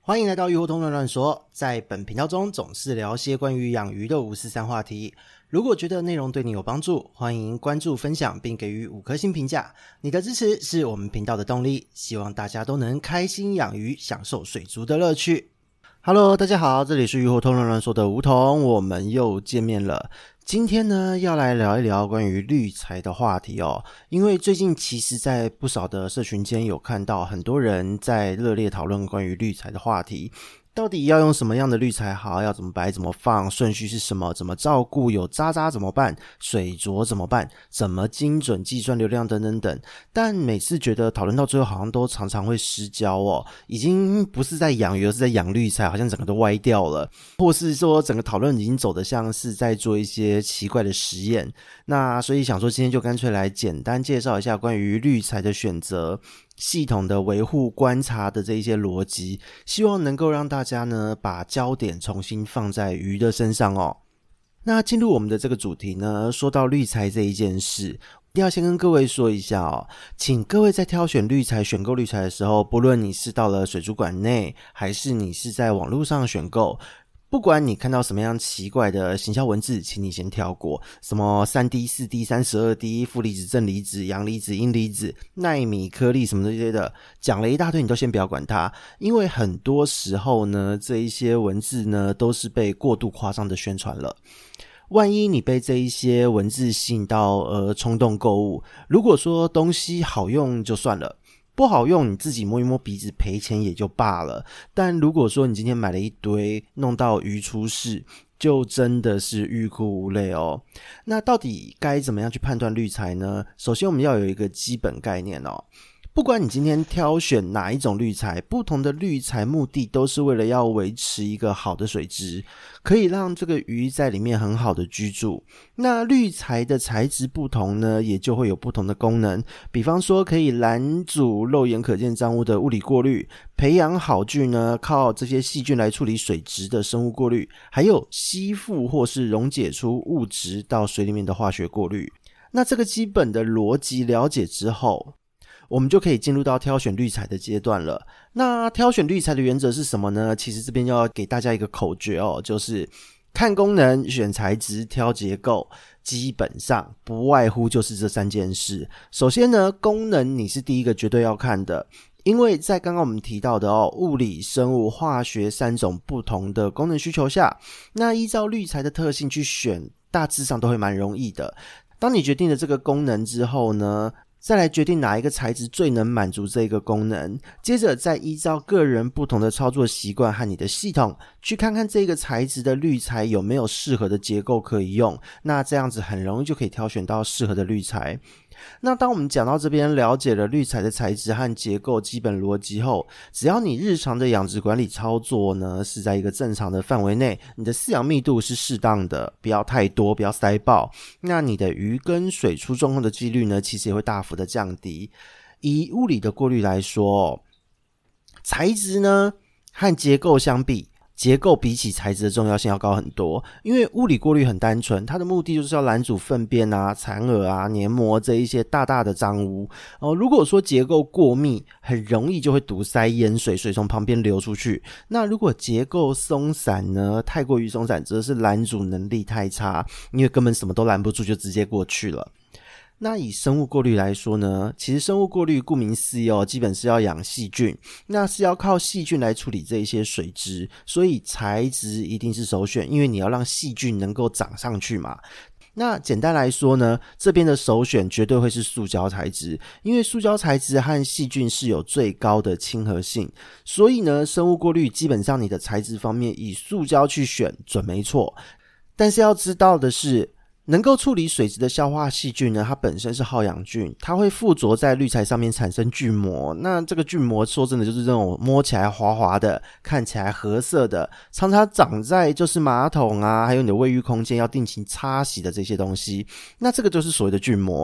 欢迎来到鱼活通乱乱说，在本频道中总是聊些关于养鱼的543话题。如果觉得内容对你有帮助，欢迎关注分享并给予5颗星评价，你的支持是我们频道的动力，希望大家都能开心养鱼，享受水族的乐趣。Hello， 大家好，这里是鱼活通乱乱说的梧桐，我们又见面了。今天呢，要来聊一聊关于滤材的话题哦。因为最近其实在不少的社群间有看到很多人在热烈讨论关于滤材的话题，到底要用什么样的滤材好，要怎么摆怎么放，顺序是什么，怎么照顾，有渣渣怎么办，水浊怎么办，怎么精准计算流量等等等。但每次觉得讨论到最后好像都常常会失焦哦，已经不是在养鱼，而是在养滤材，好像整个都歪掉了，或是说整个讨论已经走得像是在做一些奇怪的实验。那所以想说今天就干脆来简单介绍一下关于滤材的选择，系统的维护观察的这一些逻辑，希望能够让大家呢把焦点重新放在鱼的身上哦。那进入我们的这个主题呢，说到滤材这一件事，一定要先跟各位说一下哦，请各位在挑选滤材、选购滤材的时候，不论你是到了水族馆内，还是你是在网络上选购，不管你看到什么样奇怪的行销文字，请你先跳过，什么 3D、4D、32D、负离子、正离子、阳离子、阴离子、奈米颗粒什么这些的，讲了一大堆，你都先不要管它，因为很多时候呢，这一些文字呢都是被过度夸张的宣传了。万一你被这一些文字吸引到而冲动购物，如果说东西好用就算了，不好用你自己摸一摸鼻子赔钱也就罢了，但如果说你今天买了一堆弄到鱼出事，就真的是欲哭无泪哦。那到底该怎么样去判断滤材呢？首先我们要有一个基本概念哦，不管你今天挑选哪一种滤材，不同的滤材目的都是为了要维持一个好的水质，可以让这个鱼在里面很好的居住。那滤材的材质不同呢，也就会有不同的功能，比方说可以拦阻肉眼可见脏污的物理过滤，培养好菌呢靠这些细菌来处理水质的生物过滤，还有吸附或是溶解出物质到水里面的化学过滤。那这个基本的逻辑了解之后，我们就可以进入到挑选滤材的阶段了。那挑选滤材的原则是什么呢？其实这边要给大家一个口诀哦，就是看功能、选材质、挑结构，基本上不外乎就是这3件事。首先呢，功能你是第一个绝对要看的，因为在刚刚我们提到的物理、生物、化学3种不同的功能需求下，那依照滤材的特性去选，大致上都会蛮容易的。当你决定了这个功能之后呢，再来决定哪一个材质最能满足这个功能，接着再依照个人不同的操作习惯和你的系统，去看看这个材质的滤材有没有适合的结构可以用，那这样子很容易就可以挑选到适合的滤材。那当我们讲到这边，了解了滤材的材质和结构基本逻辑后，只要你日常的养殖管理操作呢是在一个正常的范围内，你的饲养密度是适当的，不要太多，不要塞爆，那你的鱼跟水出状况的几率呢其实也会大幅的降低。以物理的过滤来说，材质呢和结构相比，结构比起材质的重要性要高很多，因为物理过滤很单纯，它的目的就是要拦阻粪便啊、残饵啊、黏膜这一些大大的脏污如果说结构过密，很容易就会堵塞淹水，水从旁边流出去。那如果结构松散呢，太过于松散则是拦阻能力太差，因为根本什么都拦不住，就直接过去了。那以生物过滤来说呢，其实生物过滤顾名思义基本是要养细菌，那是要靠细菌来处理这一些水质，所以材质一定是首选，因为你要让细菌能够长上去嘛。那简单来说呢，这边的首选绝对会是塑胶材质，因为塑胶材质和细菌是有最高的亲和性，所以呢，生物过滤基本上你的材质方面以塑胶去选准没错。但是要知道的是，能够处理水质的消化细菌呢，它本身是好氧菌，它会附着在滤材上面产生菌膜。那这个菌膜说真的就是这种摸起来滑滑的，看起来褐色的，常常长在就是马桶啊，还有你的卫浴空间要定期擦洗的这些东西。那这个就是所谓的菌膜。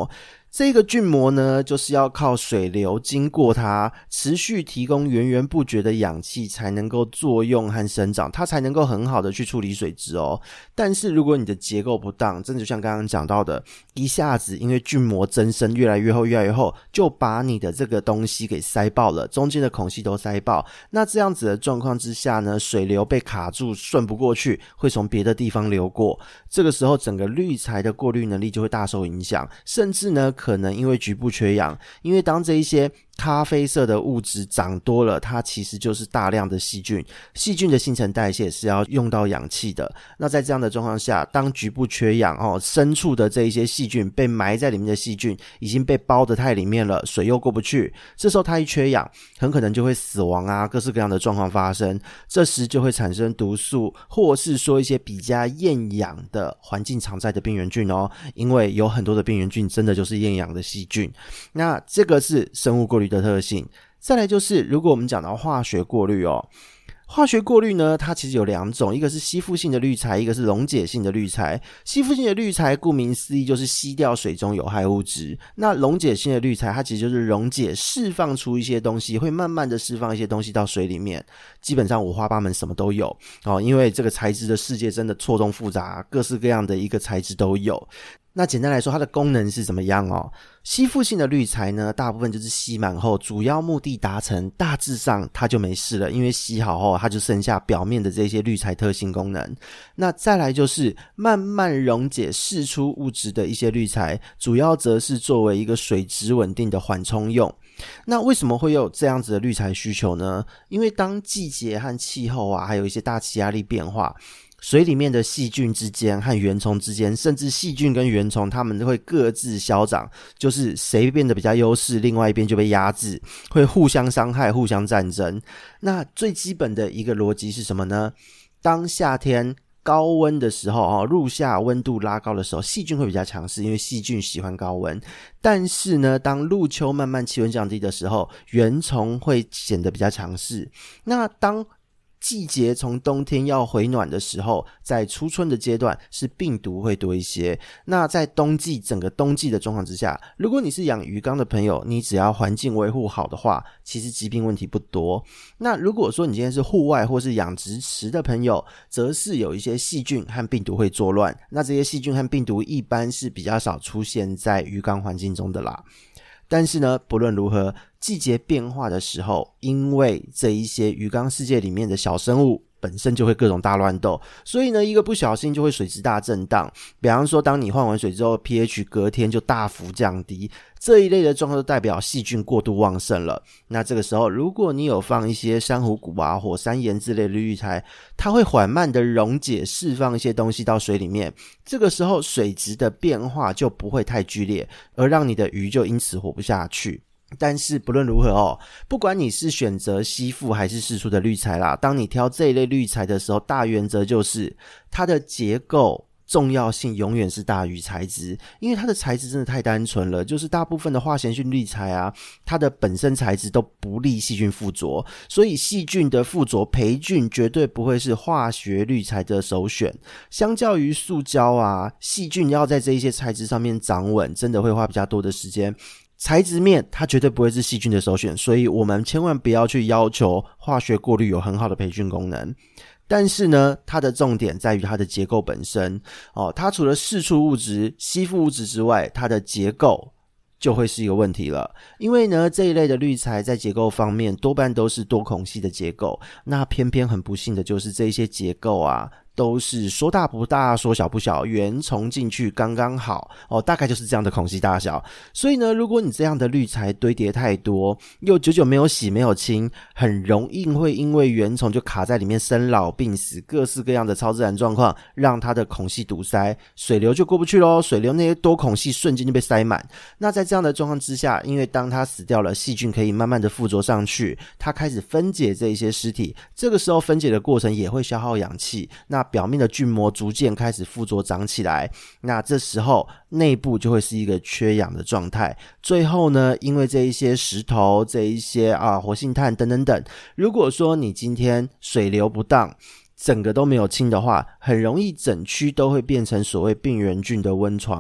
这个菌膜呢，就是要靠水流经过它，持续提供源源不绝的氧气，才能够作用和生长，它才能够很好的去处理水质哦。但是如果你的结构不当，真的就像刚刚讲到的，一下子因为菌膜增生越来越厚越来越厚，就把你的这个东西给塞爆了，中间的孔隙都塞爆。那这样子的状况之下呢，水流被卡住顺不过去，会从别的地方流过，这个时候整个滤材的过滤能力就会大受影响，甚至呢可能因为局部缺氧，因为当这一些咖啡色的物质长多了，它其实就是大量的细菌，细菌的新陈代谢是要用到氧气的。那在这样的状况下，当局部缺氧深处的这一些细菌被埋在里面的细菌已经被包得太里面了，水又过不去，这时候它一缺氧，很可能就会死亡啊，各式各样的状况发生。这时就会产生毒素，或是说一些比较厌氧的环境常在的病原菌因为有很多的病原菌真的就是厌氧的细菌。那这个是生物过滤的特性。再来就是如果我们讲到化学过滤化学过滤呢，它其实有两种，一个是吸附性的滤材，一个是溶解性的滤材。吸附性的滤材顾名思义就是吸掉水中有害物质，那溶解性的滤材它其实就是溶解，释放出一些东西，会慢慢的释放一些东西到水里面，基本上五花八门什么都有因为这个材质的世界真的错综复杂，各式各样的一个材质都有。那简单来说，它的功能是怎么样吸附性的滤材呢，大部分就是吸满后，主要目的达成，大致上它就没事了，因为吸好后它就剩下表面的这些滤材特性功能。那再来就是慢慢溶解释出物质的一些滤材，主要则是作为一个水质稳定的缓冲用。那为什么会有这样子的滤材需求呢？因为当季节和气候还有一些大气压力变化，水里面的细菌之间和原虫之间，甚至细菌跟原虫它们会各自消长，就是谁变得比较优势，另外一边就被压制，会互相伤害，互相战争。那最基本的一个逻辑是什么呢？当夏天高温的时候入夏温度拉高的时候，细菌会比较强势，因为细菌喜欢高温。但是呢，当入秋慢慢气温降低的时候，原虫会显得比较强势。那当季节从冬天要回暖的时候，在初春的阶段是病毒会多一些。那在冬季整个冬季的状况之下，如果你是养鱼缸的朋友，你只要环境维护好的话，其实疾病问题不多。那如果说你今天是户外或是养殖池的朋友，则是有一些细菌和病毒会作乱，那这些细菌和病毒一般是比较少出现在鱼缸环境中的啦。但是呢，不论如何，季节变化的时候，因为这一些鱼缸世界里面的小生物本身就会各种大乱斗，所以呢，一个不小心就会水质大震荡。比方说，当你换完水之后 pH 隔天就大幅降低，这一类的状况都代表细菌过度旺盛了。那这个时候，如果你有放一些珊瑚骨火山岩之类的滤材，它会缓慢的溶解释放一些东西到水里面，这个时候水质的变化就不会太剧烈，而让你的鱼就因此活不下去。但是不论如何不管你是选择吸附还是释出的滤材啦，当你挑这一类滤材的时候，大原则就是它的结构重要性永远是大于材质，因为它的材质真的太单纯了，就是大部分的化咸性滤材它的本身材质都不利细菌附着，所以细菌的附着培菌绝对不会是化学滤材的首选。相较于塑胶细菌要在这一些材质上面长稳，真的会花比较多的时间。材质面它绝对不会是细菌的首选，所以我们千万不要去要求化学过滤有很好的培菌功能。但是呢，它的重点在于它的结构本身它除了释出物质、吸附物质之外，它的结构就会是一个问题了。因为呢，这一类的滤材在结构方面多半都是多孔隙的结构，那偏偏很不幸的就是这些结构都是说大不大说小不小，原虫进去刚刚好大概就是这样的孔隙大小。所以呢，如果你这样的滤材堆叠太多，又久久没有洗没有清，很容易会因为原虫就卡在里面生老病死，各式各样的超自然状况让它的孔隙堵塞，水流就过不去咯，水流那些多孔隙瞬间就被塞满。那在这样的状况之下，因为当它死掉了，细菌可以慢慢的附着上去，它开始分解这一些尸体，这个时候分解的过程也会消耗氧气，那表面的菌膜逐渐开始附着长起来，那这时候内部就会是一个缺氧的状态。最后呢，因为这一些石头、这一些活性炭等等等，如果说你今天水流不当，整个都没有清的话，很容易整区都会变成所谓病原菌的温床。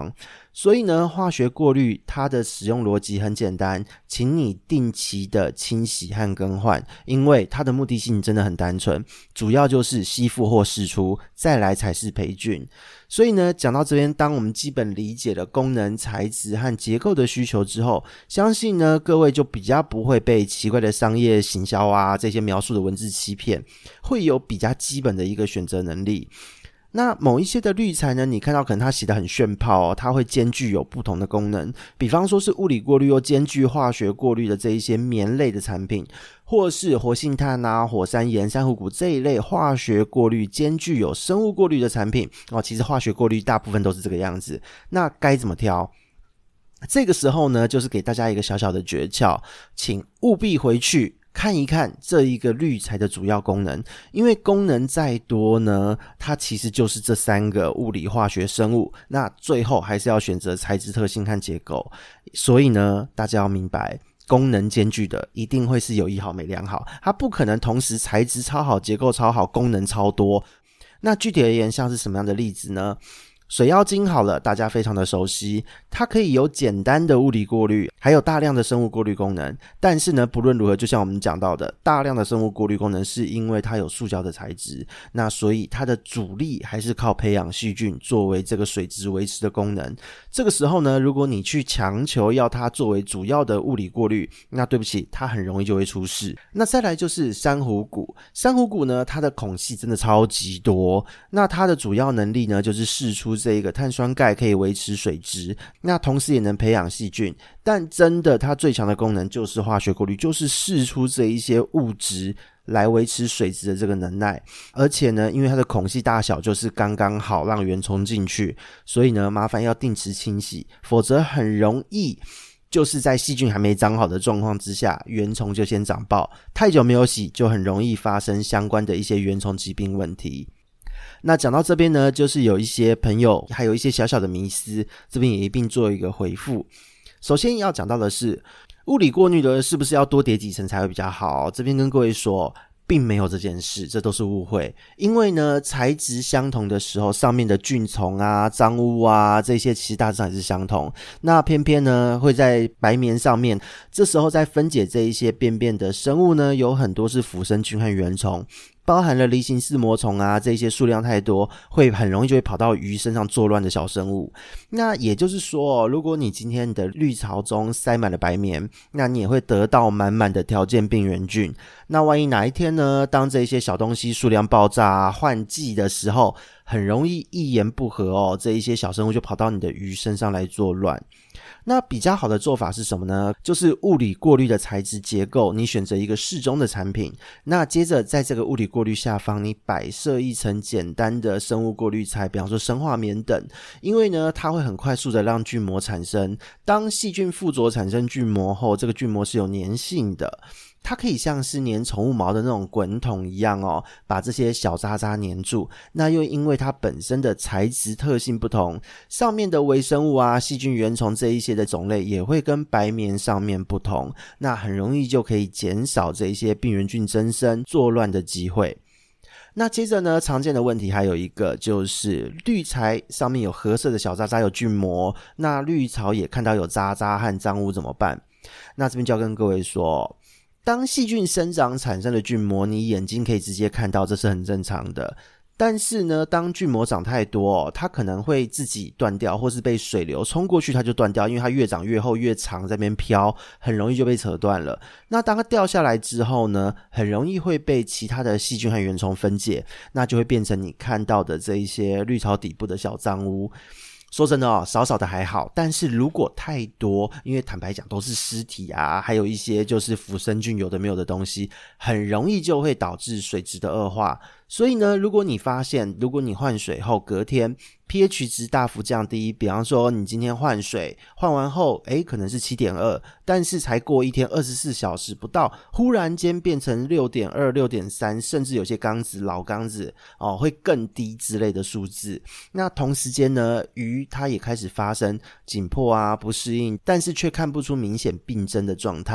所以呢，化学过滤它的使用逻辑很简单，请你定期的清洗和更换，因为它的目的性真的很单纯，主要就是吸附或释出，再来才是培菌。所以呢，讲到这边，当我们基本理解了功能、材质和结构的需求之后，相信呢各位就比较不会被奇怪的商业行销啊这些描述的文字欺骗，会有比较基本的一个选择能力。那某一些的滤材呢，你看到可能它写得很炫炮它会兼具有不同的功能，比方说是物理过滤又兼具化学过滤的这一些棉类的产品，或是活性炭啊、火山岩、珊瑚骨这一类化学过滤兼具有生物过滤的产品其实化学过滤大部分都是这个样子。那该怎么挑？这个时候呢，就是给大家一个小小的诀窍，请务必回去看一看这一个滤材的主要功能，因为功能再多呢，它其实就是这3个物理、化学、生物，那最后还是要选择材质特性和结构。所以呢，大家要明白，功能兼具的一定会是有一好没两好，它不可能同时材质超好、结构超好、功能超多。那具体而言，像是什么样的例子呢？水妖精好了，大家非常的熟悉，它可以有简单的物理过滤，还有大量的生物过滤功能。但是呢，不论如何，就像我们讲到的，大量的生物过滤功能是因为它有塑胶的材质，那所以它的主力还是靠培养细菌作为这个水质维持的功能。这个时候呢，如果你去强求要它作为主要的物理过滤，那对不起，它很容易就会出事。那再来就是珊瑚骨，珊瑚骨呢，它的孔隙真的超级多，那它的主要能力呢，就是释出这个碳酸钙可以维持水质，那同时也能培养细菌，但真的它最强的功能就是化学过滤，就是释出这一些物质来维持水质的这个能耐。而且呢，因为它的孔隙大小就是刚刚好让原虫进去，所以呢麻烦要定时清洗，否则很容易就是在细菌还没长好的状况之下，原虫就先长爆，太久没有洗就很容易发生相关的一些原虫疾病问题。那讲到这边呢，就是有一些朋友还有一些小小的迷思，这边也一并做一个回复。首先要讲到的是，物理过滤的是不是要多叠几层才会比较好？这边跟各位说，并没有这件事，这都是误会。因为呢，材质相同的时候，上面的菌丛啊、脏污啊，这些其实大致上也是相同。那偏偏呢，会在白棉上面，这时候在分解这一些便便的生物呢，有很多是腐生菌和原虫，包含了梨形似膜虫啊，这些数量太多，会很容易就会跑到鱼身上作乱的小生物。那也就是说，如果你今天你的滤槽中塞满了白棉，那你也会得到满满的条件病原菌。那万一哪一天呢，当这些小东西数量爆炸啊、换季的时候，很容易一言不合这一些小生物就跑到你的鱼身上来作乱。那比较好的做法是什么呢？就是物理过滤的材质结构，你选择一个适中的产品，那接着在这个物理过滤下方，你摆设一层简单的生物过滤材，比方说生化棉等，因为呢，它会很快速的让菌膜产生。当细菌附着产生菌膜后，这个菌膜是有粘性的，它可以像是粘宠物毛的那种滚筒一样把这些小渣渣粘住。那又因为它本身的材质特性不同，上面的微生物啊、细菌、原虫这一些的种类也会跟白棉上面不同，那很容易就可以减少这一些病原菌增生、作乱的机会。那接着呢，常见的问题还有一个就是滤材上面有褐色的小渣渣，有菌膜，那滤槽也看到有渣渣和脏污怎么办？那这边就要跟各位说，当细菌生长产生的菌膜，你眼睛可以直接看到，这是很正常的。但是呢，当菌膜长太多它可能会自己断掉，或是被水流冲过去它就断掉，因为它越长越厚越长，在那边飘，很容易就被扯断了。那当它掉下来之后呢，很容易会被其他的细菌和原虫分解，那就会变成你看到的这一些滤槽底部的小脏污。说真的少少的还好，但是如果太多，因为坦白讲都是尸体啊，还有一些就是腐生菌有的没有的东西，很容易就会导致水质的恶化。所以呢，如果你发现，如果你换水后隔天pH 值大幅降低，比方说你今天换水换完后可能是 7.2， 但是才过一天24小时不到，忽然间变成 6.2 6.3， 甚至有些缸子老缸子会更低之类的数字。那同时间呢，鱼它也开始发生紧迫啊、不适应，但是却看不出明显病症的状态。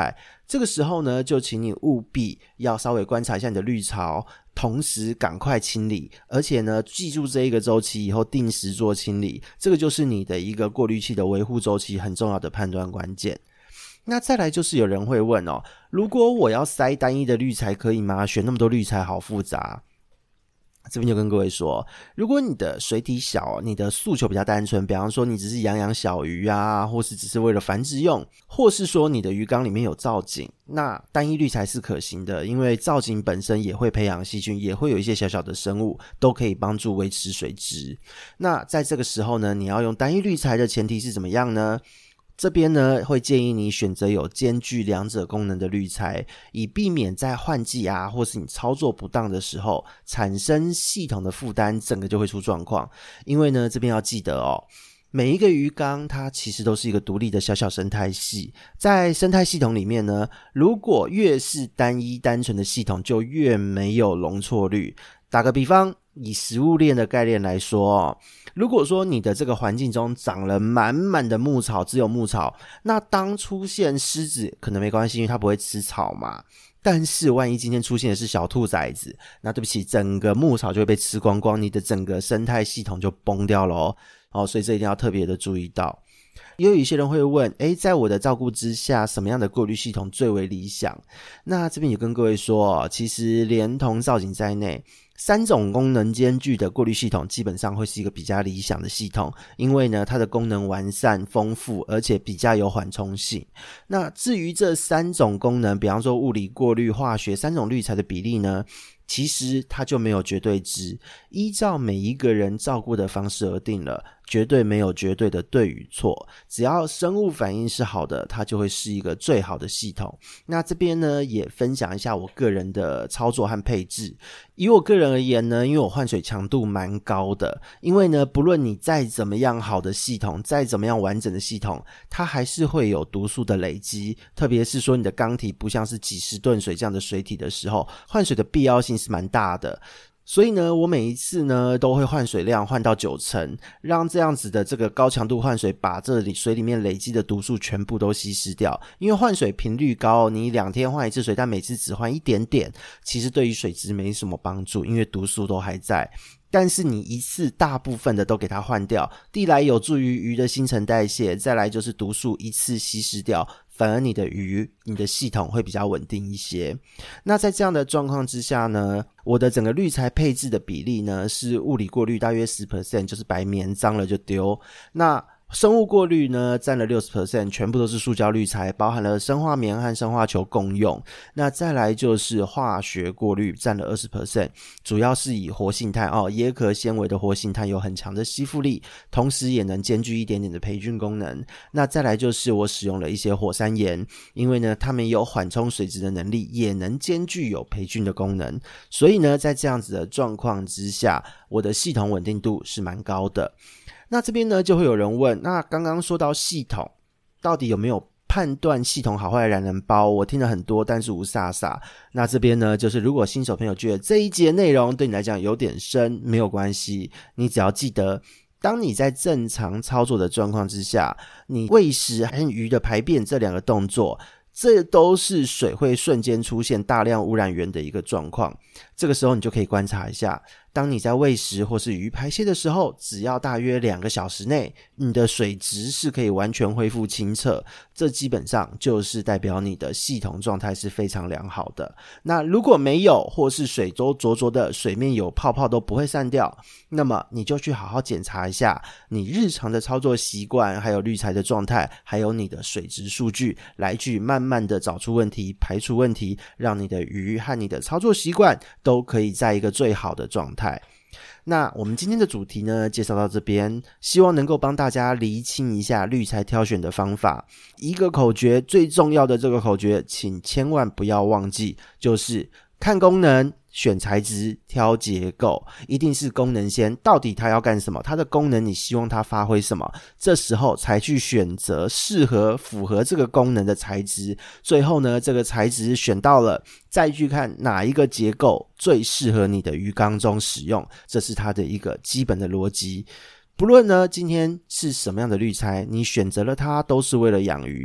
这个时候呢，就请你务必要稍微观察一下你的滤槽，同时赶快清理，而且呢，记住这一个周期以后定时做清理，这个就是你的一个过滤器的维护周期很重要的判断关键。那再来就是有人会问如果我要塞单一的滤材可以吗？选那么多滤材好复杂。这边就跟各位说，如果你的水体小，你的诉求比较单纯，比方说你只是养小鱼啊，或是只是为了繁殖用，或是说你的鱼缸里面有造景，那单一滤材是可行的，因为造景本身也会培养细菌，也会有一些小小的生物，都可以帮助维持水质。那在这个时候呢，你要用单一滤材的前提是怎么样呢？这边呢会建议你选择有兼具两者功能的滤材，以避免在换季啊或是你操作不当的时候产生系统的负担，整个就会出状况。因为呢这边要记得每一个鱼缸它其实都是一个独立的小小生态系，在生态系统里面呢，如果越是单一单纯的系统就越没有容错率。打个比方，以食物链的概念来说如果说你的这个环境中长了满满的牧草，只有牧草，那当出现狮子可能没关系，因为它不会吃草嘛。但是万一今天出现的是小兔崽子，那对不起，整个牧草就会被吃光光，你的整个生态系统就崩掉了所以这一定要特别的注意到。也有一些人会问在我的照顾之下什么样的过滤系统最为理想？那这边也跟各位说其实连同造景在内3种功能兼具的过滤系统基本上会是一个比较理想的系统，因为呢它的功能完善丰富，而且比较有缓冲性。那至于这3种功能，比方说物理过滤、化学3种滤材的比例呢，其实它就没有绝对值，依照每一个人照顾的方式而定了，绝对没有绝对的对与错，只要生物反应是好的，它就会是一个最好的系统。那这边呢也分享一下我个人的操作和配置。以我个人而言呢，因为我换水强度蛮高的，因为呢不论你再怎么样好的系统，再怎么样完整的系统，它还是会有毒素的累积，特别是说你的缸体不像是几十吨水这样的水体的时候，换水的必要性是蛮大的。所以呢我每一次呢都会换水量换到90%，让这样子的这个高强度换水把这里水里面累积的毒素全部都稀释掉。因为换水频率高，你2天换一次水，但每次只换一点点，其实对于水质没什么帮助，因为毒素都还在。但是你一次大部分的都给它换掉，第来有助于鱼的新陈代谢，再来就是毒素一次稀释掉，反而你的鱼你的系统会比较稳定一些。那在这样的状况之下呢，我的整个滤材配置的比例呢是物理过滤大约 10%， 就是白棉脏了就丢。那生物过滤呢占了 60%， 全部都是塑胶滤材，包含了生化棉和生化球共用。那再来就是化学过滤占了 20%， 主要是以活性炭椰壳纤维的活性炭有很强的吸附力，同时也能兼具一点点的培菌功能。那再来就是我使用了一些火山岩，因为呢它们有缓冲水质的能力，也能兼具有培菌的功能。所以呢在这样子的状况之下，我的系统稳定度是蛮高的。那这边呢就会有人问，那刚刚说到系统到底有没有判断系统好坏的懒人包？我听了很多但是无煞煞。那这边呢就是如果新手朋友觉得这一节内容对你来讲有点深，没有关系，你只要记得当你在正常操作的状况之下，你喂食和鱼的排便这2个动作，这都是水会瞬间出现大量污染源的一个状况。这个时候你就可以观察一下，当你在喂食或是鱼排泄的时候，只要大约2个小时内，你的水质是可以完全恢复清澈，这基本上就是代表你的系统状态是非常良好的。那如果没有，或是水都浊浊的，水面有泡泡都不会散掉，那么你就去好好检查一下你日常的操作习惯，还有滤材的状态，还有你的水质数据，来去慢慢的找出问题，排除问题，让你的鱼和你的操作习惯都可以在一个最好的状态。那我们今天的主题呢介绍到这边，希望能够帮大家厘清一下滤材挑选的方法。一个口诀，最重要的这个口诀请千万不要忘记，就是看功能，选材质，挑结构，一定是功能先，到底它要干什么，它的功能你希望它发挥什么，这时候才去选择适合符合这个功能的材质。最后呢这个材质选到了，再去看哪一个结构最适合你的鱼缸中使用，这是它的一个基本的逻辑。不论呢今天是什么样的滤材，你选择了它都是为了养鱼。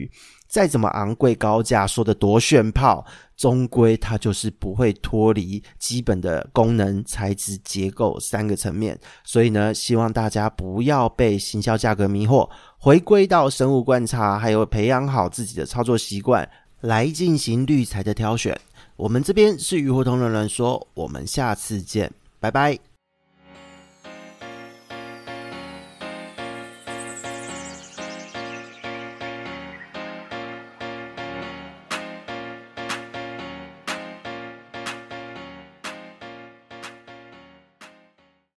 再怎么昂贵高价，说得多炫炮，终归它就是不会脱离基本的功能、材质、结构3个层面。所以呢，希望大家不要被行销价格迷惑，回归到生物观察，还有培养好自己的操作习惯，来进行滤材的挑选。我们这边是鱼活通人说，我们下次见，拜拜。